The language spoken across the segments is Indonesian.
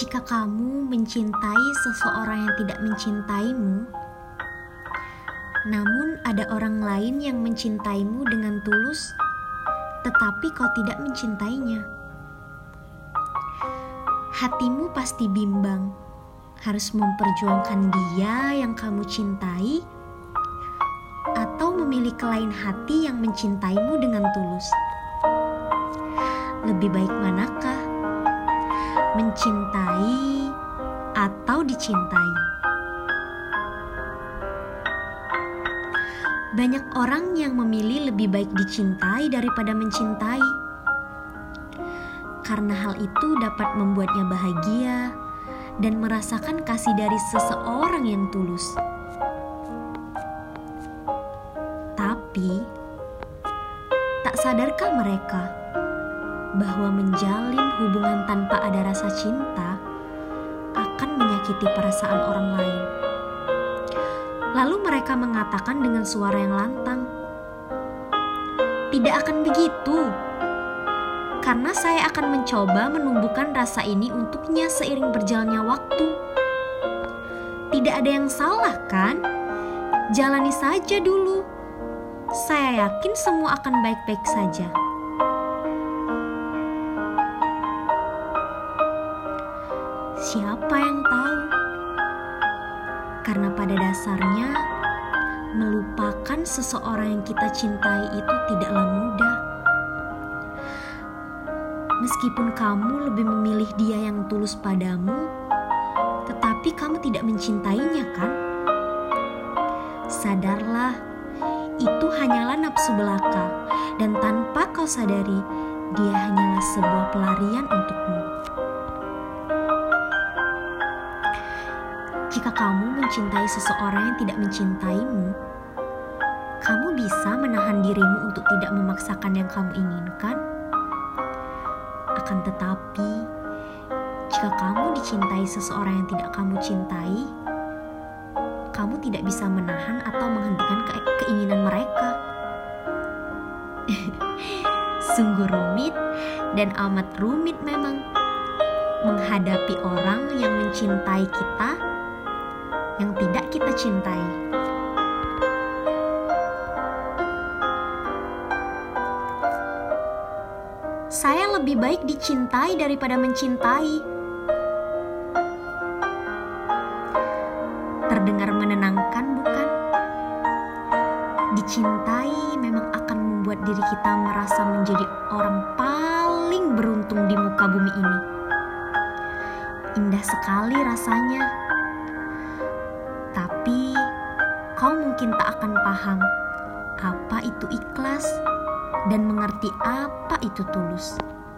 Jika kamu mencintai seseorang yang tidak mencintaimu, namun ada orang lain yang mencintaimu dengan tulus, tetapi kau tidak mencintainya, hatimu pasti bimbang, harus memperjuangkan dia yang kamu cintai, atau memilih lain hati yang mencintaimu dengan tulus. Lebih baik manakah? Mencintai atau dicintai? Banyak orang yang memilih lebih baik dicintai daripada mencintai, karena hal itu dapat membuatnya bahagia dan merasakan kasih dari seseorang yang tulus. Tapi, tak sadarkah mereka bahwa menjalin hubungan tanpa ada rasa cinta akan menyakiti perasaan orang lain? Lalu mereka mengatakan dengan suara yang lantang, "Tidak akan begitu, karena saya akan mencoba menumbuhkan rasa ini untuknya seiring berjalannya waktu." Tidak ada yang salah, kan? Jalani saja dulu. Saya yakin semua akan baik-baik saja. Siapa yang tahu? Karena pada dasarnya, melupakan seseorang yang kita cintai itu tidaklah mudah. Meskipun kamu lebih memilih dia yang tulus padamu, tetapi kamu tidak mencintainya, kan? Sadarlah, itu hanyalah nafsu belaka, dan tanpa kau sadari, dia hanyalah sebuah pelarian untukmu. Jika kamu mencintai seseorang yang tidak mencintaimu, kamu bisa menahan dirimu untuk tidak memaksakan yang kamu inginkan. Akan tetapi, jika kamu dicintai seseorang yang tidak kamu cintai, kamu tidak bisa menahan atau menghentikan keinginan mereka. Sungguh rumit dan amat rumit memang menghadapi orang yang mencintai kita yang tidak kita cintai. Saya lebih baik dicintai daripada mencintai. Terdengar menenangkan, bukan? Dicintai memang akan membuat diri kita merasa menjadi orang paling beruntung di muka bumi ini. Indah sekali rasanya. Tapi kau mungkin tak akan paham apa itu ikhlas dan mengerti apa itu tulus.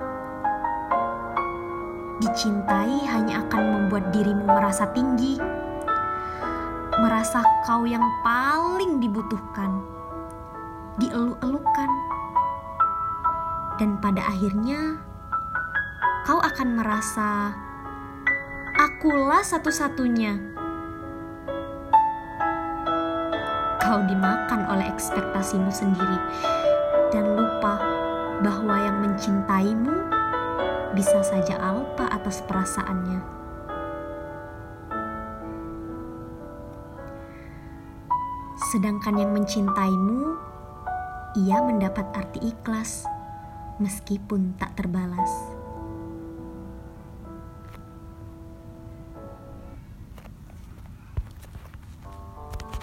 Dicintai hanya akan membuat dirimu merasa tinggi, merasa kau yang paling dibutuhkan, dieluk-elukan, dan pada akhirnya kau akan merasa akulah satu-satunya. Kau dimakan oleh ekspektasimu sendiri dan lupa bahwa yang mencintaimu bisa saja alpa atas perasaannya. Sedangkan yang mencintaimu, ia mendapat arti ikhlas meskipun tak terbalas.